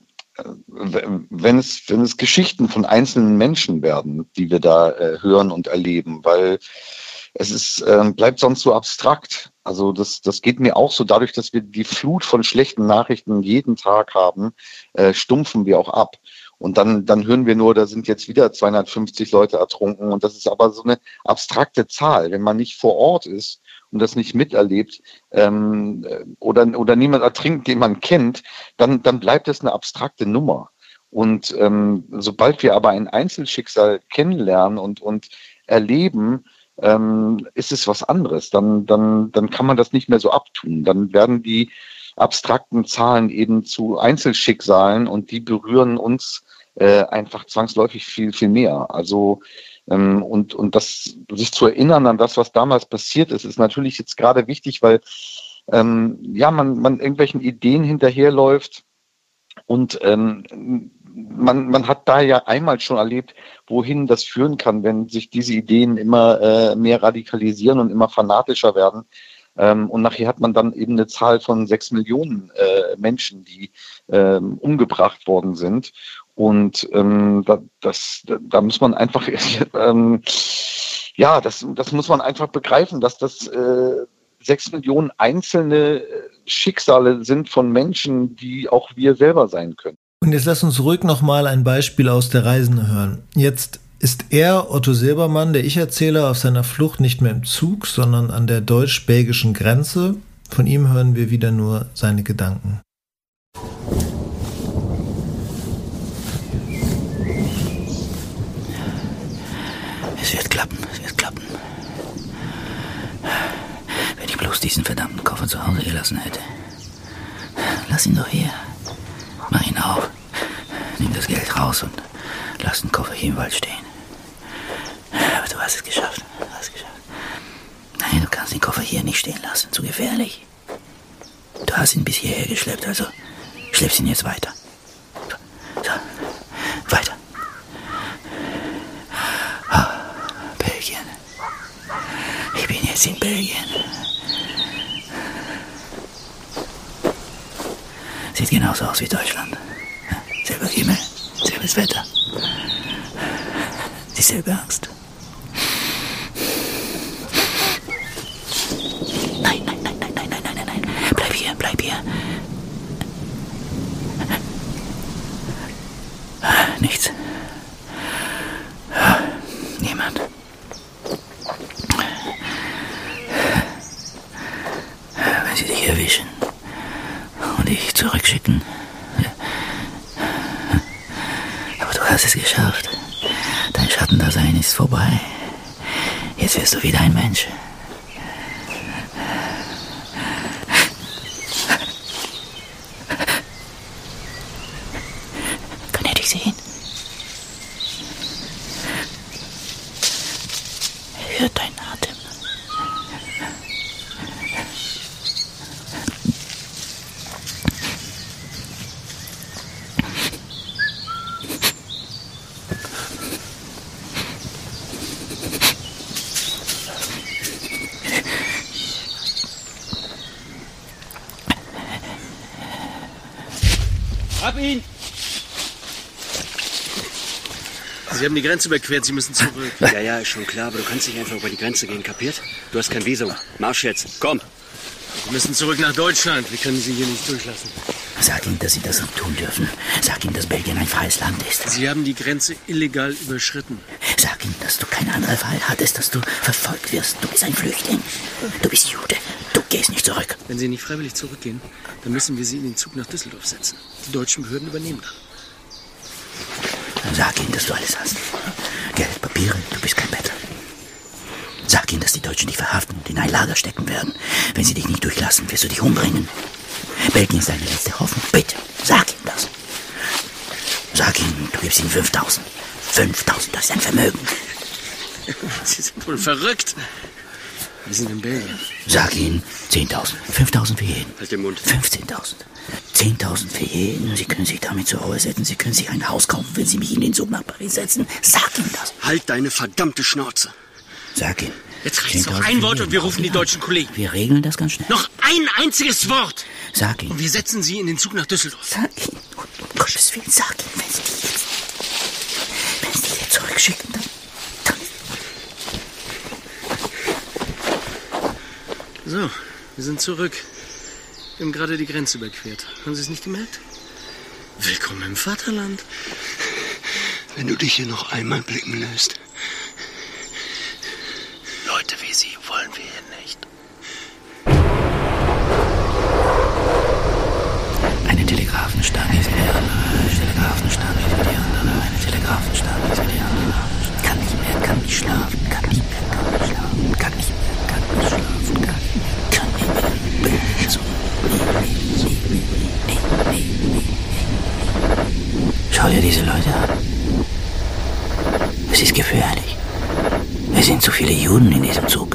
wenn es, wenn es Geschichten von einzelnen Menschen werden, die wir da äh, hören und erleben, weil es ist, ähm, bleibt sonst so abstrakt. Also das, das geht mir auch so, dadurch, dass wir die Flut von schlechten Nachrichten jeden Tag haben, äh, stumpfen wir auch ab. Und dann, dann hören wir nur, da sind jetzt wieder zweihundertfünfzig Leute ertrunken. Und das ist aber so eine abstrakte Zahl. Wenn man nicht vor Ort ist und das nicht miterlebt ähm, oder, oder niemand ertrinkt, den man kennt, dann, dann bleibt es eine abstrakte Nummer. Und ähm, sobald wir aber ein Einzelschicksal kennenlernen und, und erleben, ähm, ist es was anderes. Dann, dann, dann kann man das nicht mehr so abtun. Dann werden die abstrakten Zahlen eben zu Einzelschicksalen und die berühren uns äh, einfach zwangsläufig viel, viel mehr. Also ähm, und, und das, sich zu erinnern an das, was damals passiert ist, ist natürlich jetzt gerade wichtig, weil ähm, ja, man, man irgendwelchen Ideen hinterherläuft und ähm, Man, man hat da ja einmal schon erlebt, wohin das führen kann, wenn sich diese Ideen immer äh, mehr radikalisieren und immer fanatischer werden. Ähm, und nachher hat man dann eben eine Zahl von sechs Millionen äh, Menschen, die ähm, umgebracht worden sind. Und ähm, da, das, da muss man einfach, ähm, ja, das, das muss man einfach begreifen, dass das äh, sechs Millionen einzelne Schicksale sind von Menschen, die auch wir selber sein können. Und jetzt lass uns ruhig nochmal ein Beispiel aus der Reisende hören. Jetzt ist er, Otto Silbermann, der Ich-Erzähler, auf seiner Flucht nicht mehr im Zug, sondern an der deutsch-belgischen Grenze. Von ihm hören wir wieder nur seine Gedanken. Es wird klappen, es wird klappen. Wenn ich bloß diesen verdammten Koffer zu Hause gelassen hätte. Lass ihn doch hier. Mach ihn auf. Nimm das Geld raus und lass den Koffer hier im Wald stehen. Aber du hast es geschafft. Du hast es geschafft. Nein, du kannst den Koffer hier nicht stehen lassen. Zu gefährlich. Du hast ihn bis hierher geschleppt, also schleppst ihn jetzt weiter. So, so. Weiter. Oh, Belgien. Ich bin jetzt in Belgien. Sieht genauso aus wie Deutschland. Selber Himmel, selbes Wetter. Dieselbe Angst. Nein, nein, nein, nein, nein, nein, nein, nein. Bleib hier, bleib hier. Nichts. Niemand. Wenn sie dich erwischen und dich zurückschicken. Aber du hast es geschafft. Dein Schattendasein ist vorbei. Jetzt wirst du wieder ein Mensch. Kann er dich sehen? Er hört deinen Atem. Hab ihn! Sie haben die Grenze überquert, Sie müssen zurück. Ja, ja, ist schon klar, aber du kannst nicht einfach über die Grenze gehen, kapiert? Du hast kein Visum. Marsch jetzt, komm! Sie müssen zurück nach Deutschland. Wir können Sie hier nicht durchlassen. Sag ihm, dass Sie das nicht tun dürfen. Sag ihm, dass Belgien ein freies Land ist. Sie haben die Grenze illegal überschritten. Sag ihm, dass du keine andere Wahl hattest, dass du verfolgt wirst. Du bist ein Flüchtling. Du bist Jude. Du gehst nicht zurück. Wenn Sie nicht freiwillig zurückgehen, dann müssen wir Sie in den Zug nach Düsseldorf setzen. Die deutschen Behörden übernehmen dann. Dann sag ihm, dass du alles hast. Geld, Papiere, du bist kein Bettler. Sag ihm, dass die Deutschen dich verhaften und in ein Lager stecken werden. Wenn sie dich nicht durchlassen, wirst du dich umbringen. Belgien ist deine letzte Hoffnung. Bitte, sag ihm das. Sag ihm, du gibst ihm fünftausend. fünftausend, das ist ein Vermögen. Sie sind wohl verrückt. Wir sind in Belgien. Sag ihm zehntausend. fünftausend für jeden. Halt den Mund. fünfzehntausend. zehntausend für jeden. Sie können sich damit zur Ruhe setzen. Sie können sich ein Haus kaufen, wenn Sie mich in den Zug nach Paris setzen. Sag ihm das. Halt deine verdammte Schnauze. Sag ihm. Jetzt reicht's noch ein Wort und wir rufen die deutschen Kollegen. Wir regeln das ganz schnell. Noch ein einziges Wort. Sag ihm. Und wir setzen Sie in den Zug nach Düsseldorf. Sag ihm. Um Gottes Willen, sag ihm, wenn Sie dich jetzt, wenn Sie dich jetzt zurückschicken, dann, dann. So, wir sind zurück. Wir haben gerade die Grenze überquert. Haben Sie es nicht gemerkt? Willkommen im Vaterland. Wenn du dich hier noch einmal blicken lässt. Leute wie Sie wollen wir hier nicht. Eine Telegrafenstange ist wie die andere. Eine Telegrafenstange ist wie die andere. Eine Telegrafenstange ist wie die andere. Kann nicht mehr, kann nicht schlafen. Kann nicht mehr, kann nicht schlafen. Kann nicht mehr, kann nicht schlafen. Kann nicht mehr, kann nicht mehr. So. Schau dir diese Leute an. Es ist gefährlich. Es sind zu viele Juden in diesem Zug.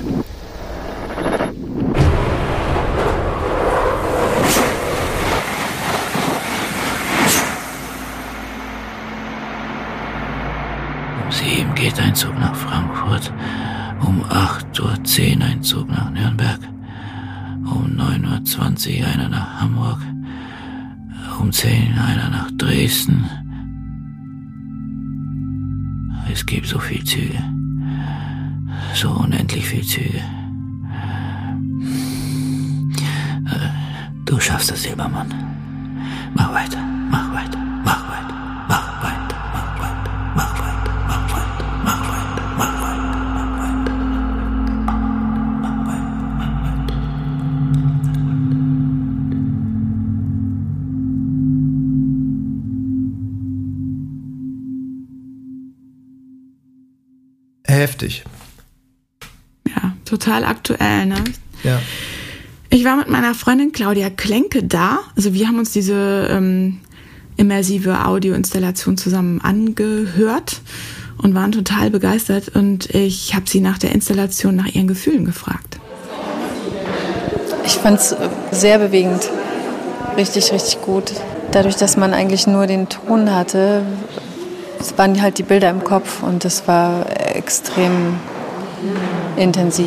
Um sieben geht ein Zug nach Frankfurt. Um acht Uhr zehn ein Zug nach Nürnberg. Um neun Uhr zwanzig einer nach Hamburg. Um zehn einer nach Dresden. Es gibt so viele Züge. So unendlich viele Züge. Du schaffst das, Silbermann. Mach weiter, mach weiter, mach weiter, mach weiter, mach weiter, mach weiter, mach weiter. heftig. Ja, total aktuell, ne? Ja. Ich war mit meiner Freundin Claudia Klenke da. Also wir haben uns diese ähm, immersive Audioinstallation zusammen angehört und waren total begeistert. Und ich habe sie nach der Installation nach ihren Gefühlen gefragt. Ich fand es sehr bewegend. Richtig, richtig gut. Dadurch, dass man eigentlich nur den Ton hatte, es waren halt die Bilder im Kopf und das war extrem intensiv.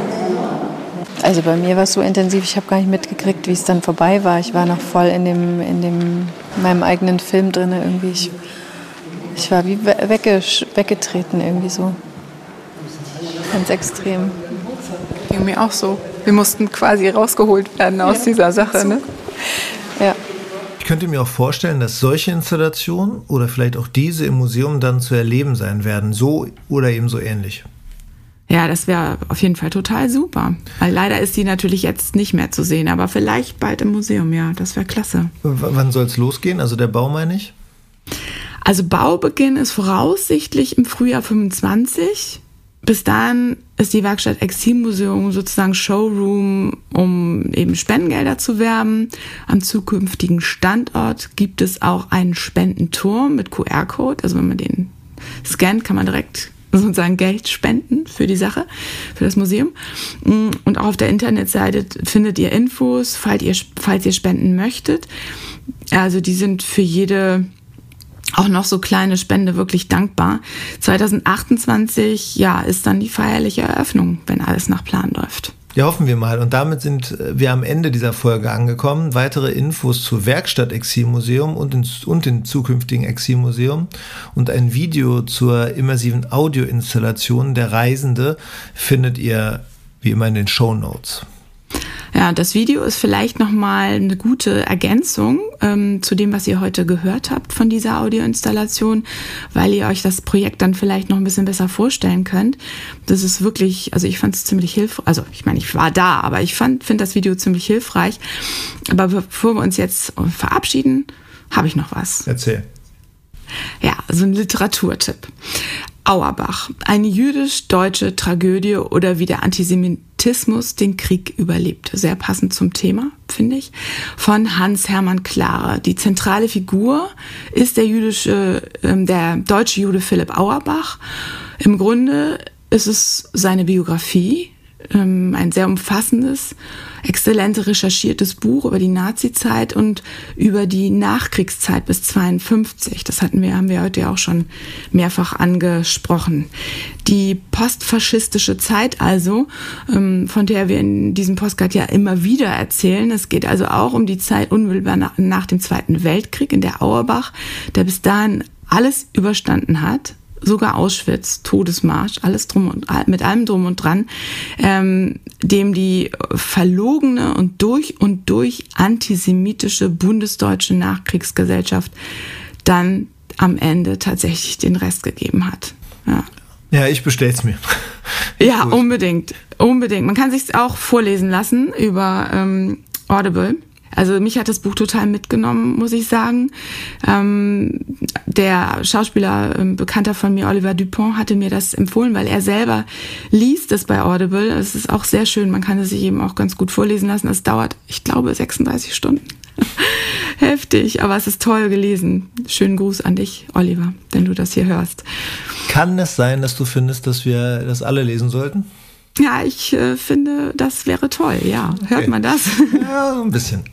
Also bei mir war es so intensiv, ich habe gar nicht mitgekriegt, wie es dann vorbei war. Ich war noch voll in dem, in dem, in meinem eigenen Film drin irgendwie. Ich, ich war wie weggesch- weggetreten irgendwie so. Ganz extrem. Ging mir auch so. Wir mussten quasi rausgeholt werden aus ja, dieser Sache, ne? Ja. Ich könnte mir auch vorstellen, dass solche Installationen oder vielleicht auch diese im Museum dann zu erleben sein werden, so oder eben so ähnlich. Ja, das wäre auf jeden Fall total super. Weil leider ist die natürlich jetzt nicht mehr zu sehen, aber vielleicht bald im Museum, ja, das wäre klasse. W- wann soll es losgehen? Also der Bau meine ich? Also Baubeginn ist voraussichtlich im Frühjahr fünfundzwanzig. Bis dahin ist die Werkstatt Exilmuseum sozusagen Showroom, um eben Spendengelder zu werben. Am zukünftigen Standort gibt es auch einen Spendenturm mit Q R-Code. Also wenn man den scannt, kann man direkt sozusagen Geld spenden für die Sache, für das Museum. Und auch auf der Internetseite findet ihr Infos, falls ihr, falls ihr spenden möchtet. Also die sind für jede auch noch so kleine Spende wirklich dankbar. zwanzig achtundzwanzig, ja, ist dann die feierliche Eröffnung, wenn alles nach Plan läuft. Ja, hoffen wir mal. Und damit sind wir am Ende dieser Folge angekommen. Weitere Infos zur Werkstatt Exilmuseum und, in, und dem zukünftigen Exilmuseum und ein Video zur immersiven Audioinstallation der Reisende findet ihr wie immer in den Shownotes. Ja, das Video ist vielleicht nochmal eine gute Ergänzung ähm, zu dem, was ihr heute gehört habt von dieser Audioinstallation, weil ihr euch das Projekt dann vielleicht noch ein bisschen besser vorstellen könnt. Das ist wirklich, also ich fand es ziemlich hilfreich, also ich meine, ich war da, aber ich fand, finde das Video ziemlich hilfreich. Aber bevor wir uns jetzt verabschieden, habe ich noch was. Erzähl. Ja, so ein Literaturtipp. Auerbach, eine jüdisch-deutsche Tragödie oder wie der Antisemitismus den Krieg überlebt. Sehr passend zum Thema, finde ich. Von Hans-Hermann Klare. Die zentrale Figur ist der jüdische, äh, der deutsche Jude Philipp Auerbach. Im Grunde ist es seine Biografie, ähm, ein sehr umfassendes, exzellent recherchiertes Buch über die Nazizeit und über die Nachkriegszeit bis zweiundfünfzig. Das hatten wir, haben wir heute ja auch schon mehrfach angesprochen. Die postfaschistische Zeit also, ähm, von der wir in diesem Podcast ja immer wieder erzählen. Es geht also auch um die Zeit unmittelbar nach, nach dem Zweiten Weltkrieg, in der Auerbach, der bis dahin alles überstanden hat, sogar Auschwitz, Todesmarsch, alles drum und mit allem drum und dran, ähm, dem die verlogene und durch und durch antisemitische bundesdeutsche Nachkriegsgesellschaft dann am Ende tatsächlich den Rest gegeben hat. Ja, ja, ich bestell's mir. Ja, gut. unbedingt, unbedingt. Man kann sich's auch vorlesen lassen über ähm, Audible. Also mich hat das Buch total mitgenommen, muss ich sagen. Ähm, der Schauspieler, ähm, Bekannter von mir, Oliver Dupont, hatte mir das empfohlen, weil er selber liest es bei Audible. Es ist auch sehr schön, man kann es sich eben auch ganz gut vorlesen lassen. Es dauert, ich glaube, sechsunddreißig Stunden. Heftig, aber es ist toll gelesen. Schönen Gruß an dich, Oliver, wenn du das hier hörst. Kann es sein, dass du findest, dass wir das alle lesen sollten? Ja, ich äh, finde, das wäre toll, ja. Hört okay. man das? Ja, so ein bisschen.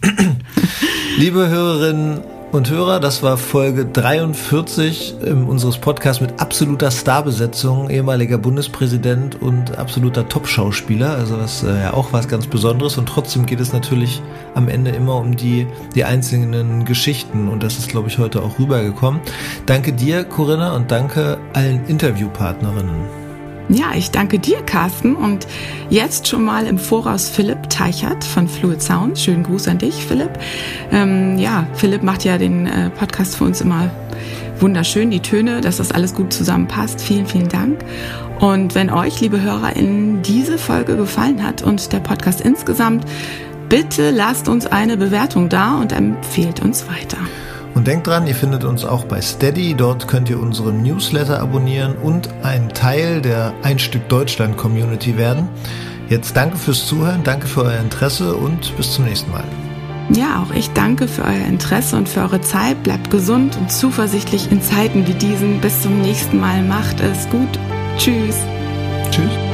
Liebe Hörerinnen und Hörer, das war Folge dreiundvierzig ähm, unseres Podcasts mit absoluter Starbesetzung, ehemaliger Bundespräsident und absoluter Top-Schauspieler. Also das ist äh, ja auch was ganz Besonderes. Und trotzdem geht es natürlich am Ende immer um die, die einzelnen Geschichten. Und das ist, glaube ich, heute auch rübergekommen. Danke dir, Corinna, und danke allen Interviewpartnerinnen. Ja, ich danke dir, Carsten, und jetzt schon mal im Voraus Philipp Teichert von Fluid Sound. Schönen Gruß an dich, Philipp. Ähm, ja, Philipp macht ja den äh, Podcast für uns immer wunderschön, die Töne, dass das alles gut zusammenpasst. Vielen, vielen Dank. Und wenn euch, liebe HörerInnen, diese Folge gefallen hat und der Podcast insgesamt, bitte lasst uns eine Bewertung da und empfehlt uns weiter. Und denkt dran, ihr findet uns auch bei Steady. Dort könnt ihr unseren Newsletter abonnieren und ein Teil der Ein Stück Deutschland Community werden. Jetzt danke fürs Zuhören, danke für euer Interesse und bis zum nächsten Mal. Ja, auch ich danke für euer Interesse und für eure Zeit. Bleibt gesund und zuversichtlich in Zeiten wie diesen. Bis zum nächsten Mal. Macht es gut. Tschüss. Tschüss.